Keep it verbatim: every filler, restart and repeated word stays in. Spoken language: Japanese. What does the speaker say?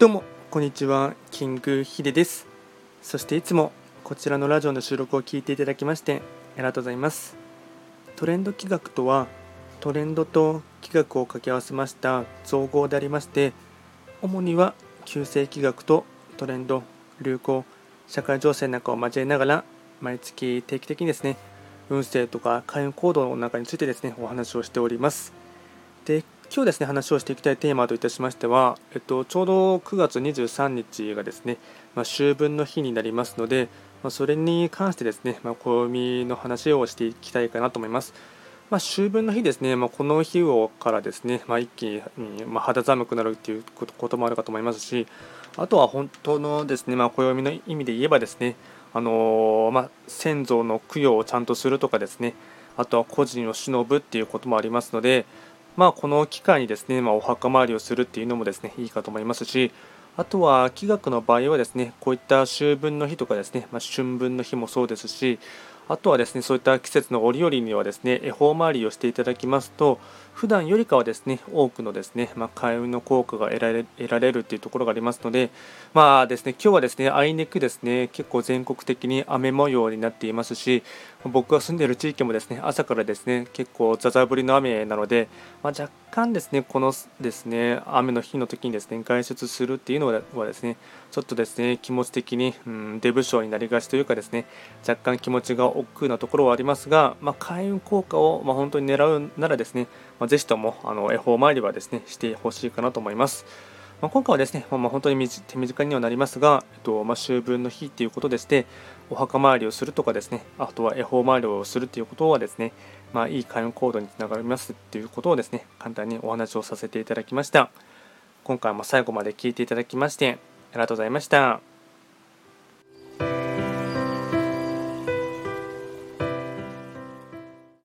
どうもこんにちは、キングヒデです。そしていつもこちらのラジオの収録を聞いていただきましてありがとうございます。トレンド企画とは、トレンドと企画を掛け合わせました造語でありまして、主には旧世企画とトレンド、流行、社会情勢なんかを交えながら、毎月定期的にですね、運勢とか開運行動の中についてですね、お話をしております。で今日ですね、話をしていきたいテーマといたしましては、えっと、ちょうどくがつにじゅうさんにちがですね、まあ、秋分の日になりますので、まあ、それに関してですね、まあ、暦の話をしていきたいかなと思います。まあ、秋分の日ですね、まあ、この日をからですね、まあ、一気に、まあ、肌寒くなるということもあるかと思いますし、あとは本当のですね、まあ、暦の意味で言えばですね、あのーまあ、先祖の供養をちゃんとするとかですね、あとは個人を忍ぶっていうこともありますので、まあ、この機会にですね、まあ、お墓参りをするっていうのもですね、いいかと思いますし、あとは気学の場合はですね、こういった秋分の日とかですね、まあ、春分の日もそうですし、あとはですね、そういった季節の折々にはですね、恵方回りをしていただきますと、普段よりかはですね、多くのですね、まあ、開運の効果が得られ得られるというところがありますので、まあですね、今日はですね、あいにくですね、結構全国的に雨模様になっていますし、僕が住んでいる地域もですね、朝からですね、結構ザザ降りの雨なので、まあ、若干ですね、このですね、雨の日の時にですね、外出するっていうのはですね、ちょっとですね、気持ち的に、うん、出不精になりがちというかですね、若干気持ちが億劫なところはありますが、まあ、開運効果を、まあ、本当に狙うならですね、まあ、ぜひともあの恵方参りはですね、してほしいかなと思います。まあ、今回はですね、まあ、本当に手短にはなりますが、えっとまあ、秋分の日ということでして、お墓参りをするとかですね、あとは恵方参りをするということはですね、まあ、いい開運行動につながりますということをですね、簡単にお話をさせていただきました。今回も最後まで聞いていただきましてありがとうございました。